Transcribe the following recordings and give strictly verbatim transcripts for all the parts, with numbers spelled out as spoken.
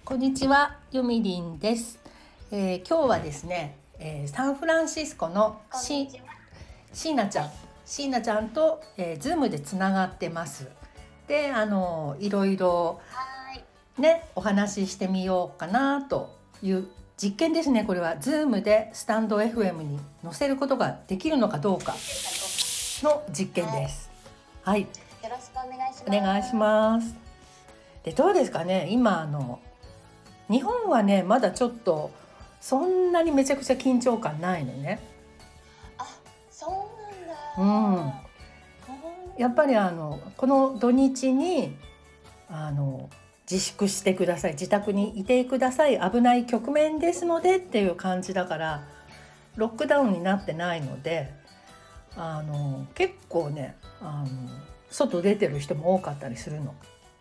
こんにちは、ゆみりんです。えー、今日はですね、えー、サンフランシスコのし椎名ちゃん、椎名ちゃんと、えー、ズームでつながってます。で、あのいろいろね、お話ししてみようかなという実験ですね。これはズームでスタンド エフエム に載せることができるのかどうかの実験です。はい、よろしくお願いします。 お願いします。で、どうですかね、今あの日本はね、まだちょっとそんなにめちゃくちゃ緊張感ないのね。 あ、そうなんだ。 うん。やっぱりあのこの土日にあの自粛してください、自宅にいてください、危ない局面ですのでっていう感じだから、ロックダウンになってないので、あの結構ね、あの外出てる人も多かったりするの。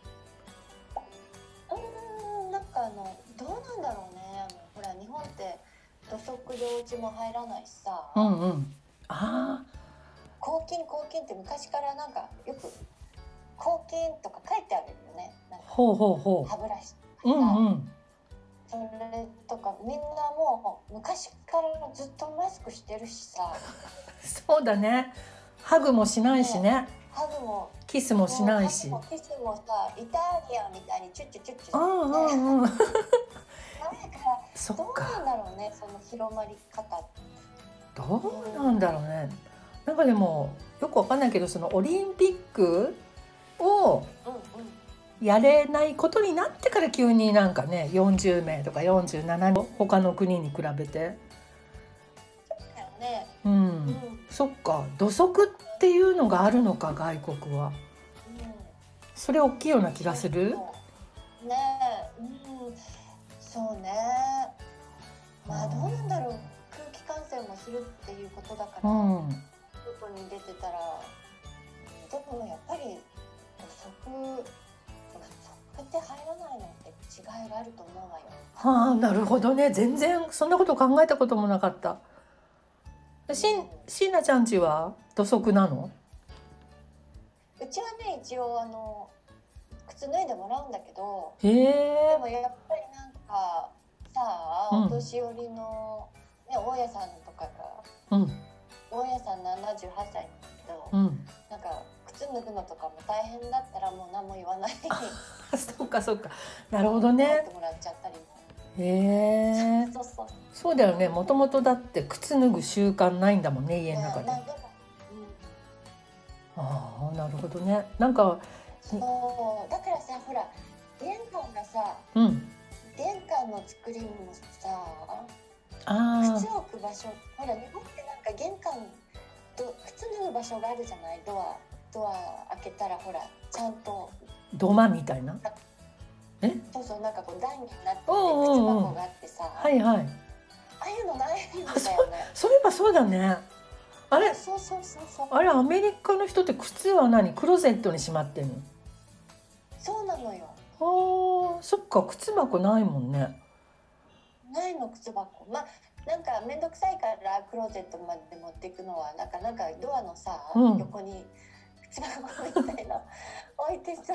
うーん、なんかあのどうなんだろうね。あのほら日本って土足でお家も入らないしさ。 うんうん。ああ。 抗菌抗菌って昔からなんかよく抗菌とか書いてあるよね。なんかほうほうほう。 歯ブラシうとか、 んうん。 それとかみんなもう昔からずっとマスクしてるしさ。 そうだね。ハグもしないしね。ね、 ハグもキスもしないし。 もキスもさ、イタリアンみたいにチュッチュチュッチュして、 うんうんうん。 そっか。どうなんだろうね、その広まり方。 どうなんだろうね。なんかでもよくわかんないけど、そのオリンピックをやれないことになってから急になんかね、よんじゅうめいとかよんじゅうななにん他の国に比べて。 そうだよね。 うん。うん、そっか。土足っていうのがあるのか、外国は。うん、それ大きいような気がする。 ねえ、うん、そうね。まあどうなんだろう。空気感染もするっていうことだから、うん、外に出てたら、でもやっぱり土足土足って入らないのって違いがあると思うわよ。 はあ、なるほどね。全然そんなこと考えたこともなかった。しん、しんなちゃんちは土足なの？ うちはね、一応あの靴脱いでもらうんだけど、 へえ。 でもやっぱりなんかさあ、うん、お年寄りの、ね、大家さんとかが、うん、大家さんななじゅうはっさいなんだけど、うん、なんか靴脱ぐのとかも大変だったらもう何も言わないそうかそうか、なるほどね。 ってもらっちゃったりも。 へえ。 そうそう。 そうだよね。もともとだって靴脱ぐ習慣ないんだもんね、家の中で。ね、うん、ああ、なるほどね。なんかそうだからさ、ほら玄関がさ、うん、玄関の作りもさ、あ、靴置く場所、ほら日本ってなんか玄関と靴脱ぐ場所があるじゃない。ドアドア開けたらほらちゃんと土間みたいな。 え、そうそう、なんかこう段になって靴箱があってさ、 はいはい。 ああいうのないんだよね。 そういえばそうだね。あれ、 そうそうそうそう。 あれ、アメリカの人って靴は何、クローゼットにしまってんの？ そうなのよ。 ああ、そっか、靴箱ないもんね。 ないの、靴箱。まあなんか面倒くさいからクローゼットまで持っていくのは、なんかなんかドアのさ、うん、横に靴箱みたいな置いてさ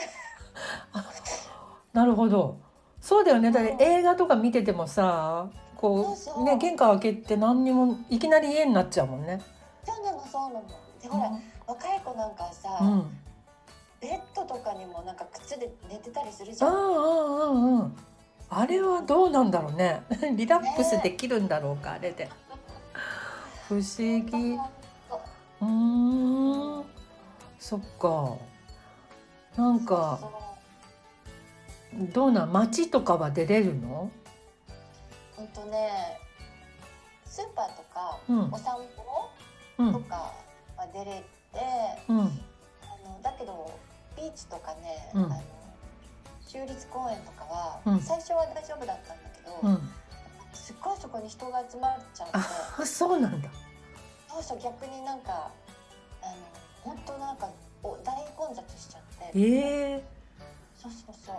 なるほど。そうだよね。だって映画とか見ててもさ、こう、そうそうね、玄関開けて何にもいきなり家になっちゃうもんね。 そうなのそうなの。で、ほら、うん、若い子なんかさ、うん、ベッドとかにもなんか靴で寝てたりするじゃん。 うんうんうんうん。あれはどうなんだろうね。リラックスできるんだろうか、ね、あれで。不思議。うーん、そっか。なんかそうそう、どうなん、街とかは出れるの？ ほんとね、スーパーとか、うん、お散歩とかは出れて、うん、あのだけどビーチとかね、うん、あの州立公園とかは、うん、最初は大丈夫だったんだけど、うん、すっごいそこに人が集まっちゃって。 あ、そうなんだ。 そうそう、逆になんかあの本当なんか大混雑しちゃって。 えー、 そうそうそう。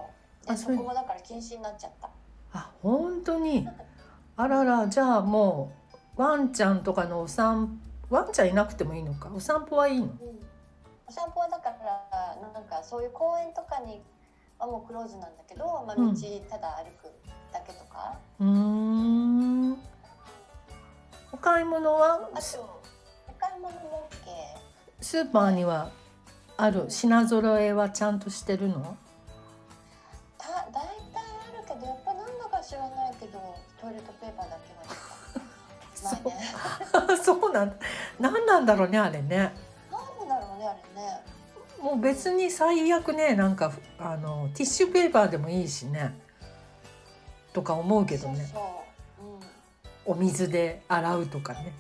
で、そこもだから禁止になっちゃった。 あ、本当に。あらら、じゃあもうワンちゃんとかのお散歩、ワンちゃんいなくてもいいのか、お散歩はいいの？うん、 お散歩はだからなんかそういう公園とかにはもうクローズなんだけど、まあ、道ただ歩くだけとか。 うーん。お買い物は？ あとお買い物も OK。 スーパーにはある品揃えはちゃんとしてるの？ た大体あるけど、やっぱなんだか知らないけどトイレットペーパーだけはないね。 そうなんだ。何なんだろうねあれね。 なんだろうねあれね。 もう別に最悪ね、なんかあのティッシュペーパーでもいいしねとか思うけどね。 そうそう、 うん、お水で洗うとかね。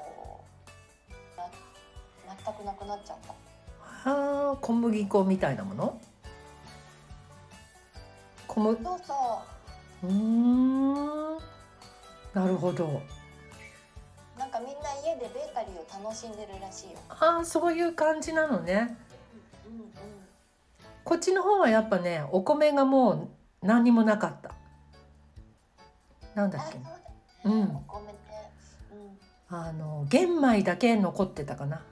な全くなくなっちゃった。 はあ、小麦粉みたいなもの？小麦。 そうそう。 うーん。なるほど。 なんかみんな家でベーカリーを楽しんでるらしいよ。 ああ、そういう感じなのね。 うんうん。 こっちの方はやっぱね、お米がもう何にもなかった。なんだっけ。 あ、そうだね。 うん。 お米ね。 うん。あの玄米だけ残ってたかな。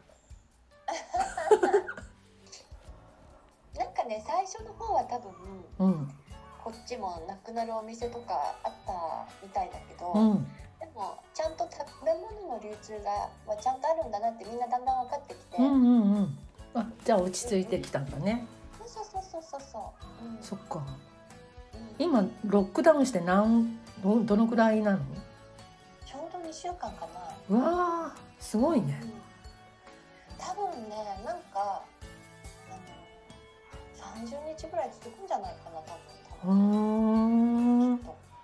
なんかね、最初の方は多分、 うん、 こっちもなくなるお店とかあったみたいだけど、 うん、 でもちゃんと食べ物の流通がはちゃんとあるんだなってみんなだんだん分かってきて、 うんうんうん。あ、じゃあ落ち着いてきたんだね。 うん、そうそうそうそうそう、うん、 そっか。 うん、 今ロックダウンして何 ど, どのくらいなの？ ちょうどにしゅうかんかな。 うわー、すごいね。 うん、多分ね、なんかさんじゅうにちぐらい続くんじゃないかな、多分。 うーん。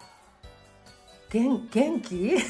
元元気？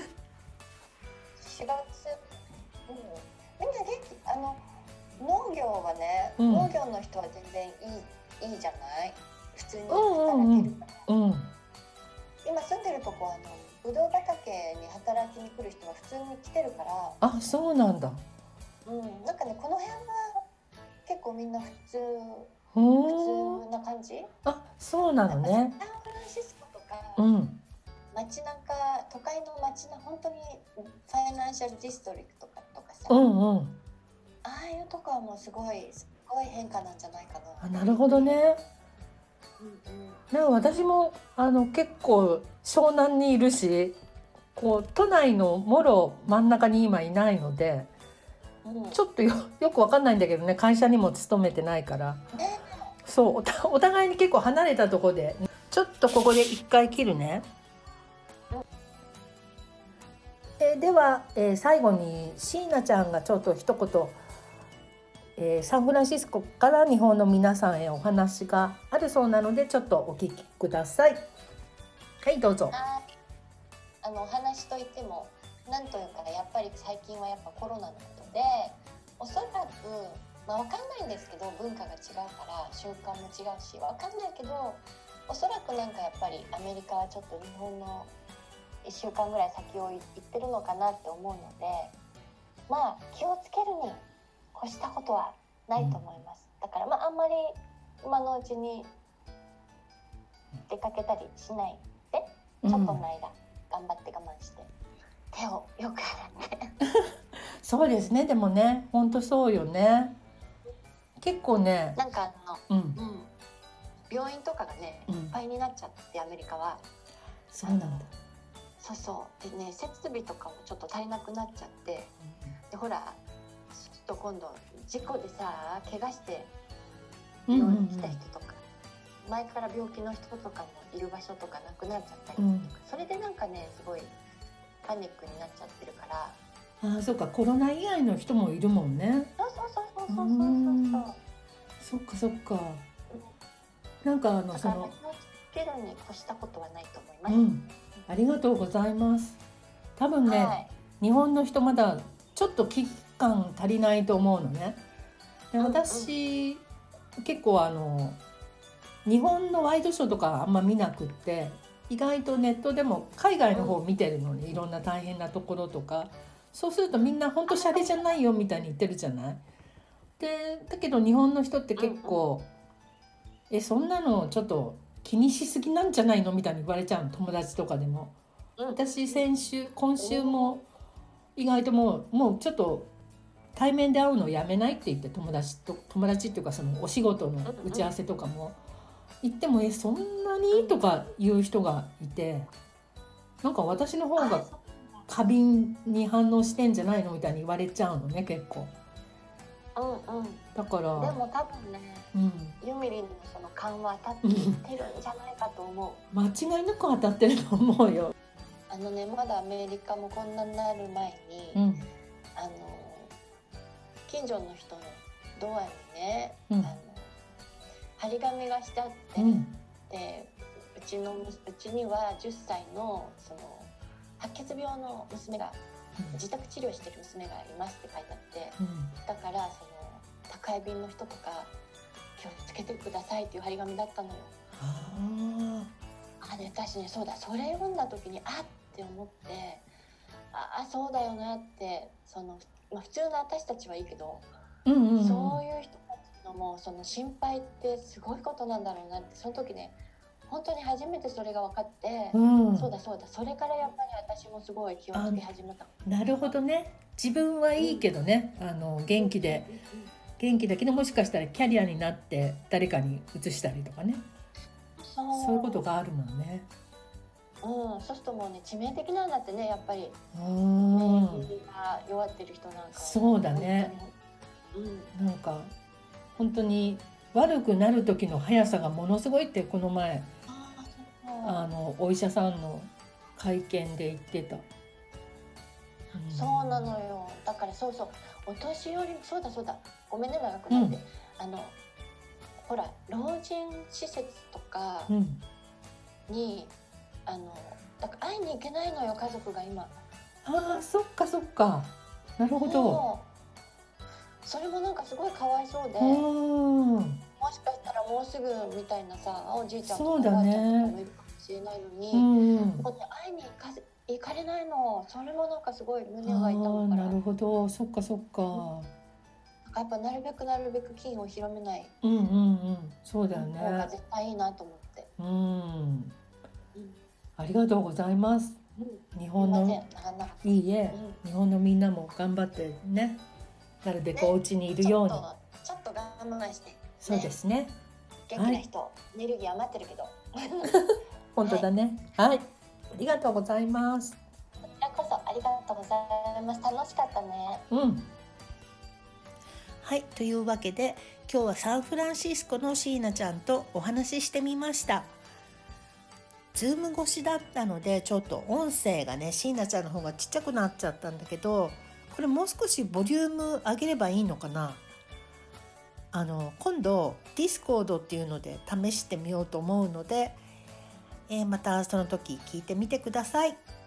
しがつ、うん、みんな元気。あの農業はね、うん、農業の人は全然いいいいじゃない。普通に働けるから。うんうんうん、今住んでるとこはあのぶどう畑に働きに来る人は普通に来てるから。 あ、そうなんだ。 うん、なんかね、この辺は結構みんな普通。普通な感じ？ あ、そうなのね。 サンフランシスコとか、うん、街中、都会の街中、本当にファイナンシャルディストリクトとかとかさ、うんうん、ああいうとこはもうすごいすごい変化なんじゃないかな。 あ、なるほどね。うんうん、なんか私もあの結構湘南にいるし、こう都内のもろ真ん中に今いないので、うん、ちょっと よ, よくわかんないんだけどね、会社にも勤めてないから。ね、そう、お互いに結構離れたところで、ちょっとここで一回切るね。えでは、えー、最後に椎名ちゃんがちょっと一言、えー、サンフランシスコから日本の皆さんへお話があるそうなので、ちょっとお聞きください。はい、どうぞ。 あのお話といってもなんというか、やっぱり最近はやっぱコロナのことで、おそらくまあ、分かんないんですけど、文化が違うから習慣も違うし分かんないけど、おそらくなんかやっぱりアメリカはちょっと日本のいっしゅうかんぐらい先を行ってるのかなって思うので、まあ気をつけるに越したことはないと思います。だからまああんまり今のうちに出かけたりしないで、ちょっとの間頑張って我慢して手をよく洗ってそうですね。でもね、本当そうよね。結構ね、 なんかあの、うんうん、病院とかがね、うん、いっぱいになっちゃって、アメリカは。 そうなんだ。 そうそうでね、設備とかもちょっと足りなくなっちゃって、うん、でほらちょっと今度事故でさ怪我して病院に来た人とか、うんうんうん、前から病気の人とかもいる場所とかなくなっちゃったりとか、うん、それでなんかねすごいパニックになっちゃってるから。 ああ、そうか、コロナ以外の人もいるもんね。 そうそうそうそうそうそうそう。そっかそっか。なんかあのその気をつけるに越したことはないと思います。 うん、ありがとうございます。多分ね、はい、日本の人まだちょっと危機感足りないと思うのね。で、私、うんうん、結構あの日本のワイドショーとかあんま見なくって、意外とネットでも海外の方見てるのに、うん、いろんな大変なところとか。そうするとみんな本当シャレじゃないよみたいに言ってるじゃない。でだけど日本の人って結構、うん、えそんなのちょっと気にしすぎなんじゃないのみたいに言われちゃうの、友達とかでも。私先週今週も意外ともうもうちょっと対面で会うのをやめないって言って、友達と友達っていうかそのお仕事の打ち合わせとかも言ってもえそんなにとか言う人がいて、なんか私の方が過敏に反応してんじゃないのみたいに言われちゃうのね結構。 うんうん、 だからでも多分ね、うん、ゆみりんのその勘は当たってるんじゃないかと思う。 間違いなく当たってると思うよ。 あのね、まだアメリカもこんなになる前に、うん、あの近所の人のドアにね、うん、あの張り紙がしてあって、うん、でうちのうちにはじゅっさいのその白血病の娘が、うん、自宅治療してる娘がいますって書いてあって、うん、だからその宅配便の人とか気をつけてくださいっていう張り紙だったのよ。ああ、で私ね、そうだ、それ読んだ時にあって思って、ああそうだよなって、その、まあ、普通の私たちはいいけど、うんうんうん、そういう人たちのもうその心配ってすごいことなんだろうなって、その時ね本当に初めてそれが分かって、うん、そうだそうだ、それからやっぱり私もすごい気をつけ始めた。 なるほどね。自分はいいけどね、うん、あの元気で、うんうんうん、元気だけどもしかしたらキャリアになって誰かに移したりとかね、そう、そういうことがあるもんね。 うん、そうするともうね致命的なんだってね、やっぱり免疫が弱ってる人なんかは、ね、 そうだね、うん、なんか本当に悪くなる時の速さがものすごいってこの前あのお医者さんの会見で言ってた、うん、 そうなのよ。だからそうそう、お年寄り、そうだそうだ、ごめんね長くなって、うん、あのほら老人施設とかに、うん、あのだから会いに行けないのよ家族が今。 あーそっかそっか、なるほど。 それもなんかすごいかわいそうで、もしかしたらもうすぐみたいなさ、おじいちゃんとかおばあちゃんとかもいるかもしれないのに、うん、こうやって会いに行かせ行かれないの、それもなんかすごい胸が痛むから。 なるほど、そっかそっか、うん、 やっぱなるべくなるべく菌を広めない、 うんうんうん、そうだよね、 方が絶対いいなと思って、うん、うん、 ありがとうございます、うん、日本のいいえ、うん、日本のみんなも頑張ってね、なるべくお家にいるように、ね、 ちょっと我慢して、ね、 そうですね、 元気な人、はい、エネルギー余ってるけど本当だね、はい、はい、ありがとうございます。 こちらこそありがとうございます。楽しかったね。 うん。はい、というわけで今日はサンフランシスコの椎名ちゃんとお話ししてみました。ズーム越しだったのでちょっと音声がね、椎名ちゃんの方がちっちゃくなっちゃったんだけど、これもう少しボリューム上げればいいのかな。あの今度ディスコードっていうので試してみようと思うので、えー、またその時聞いてみてください。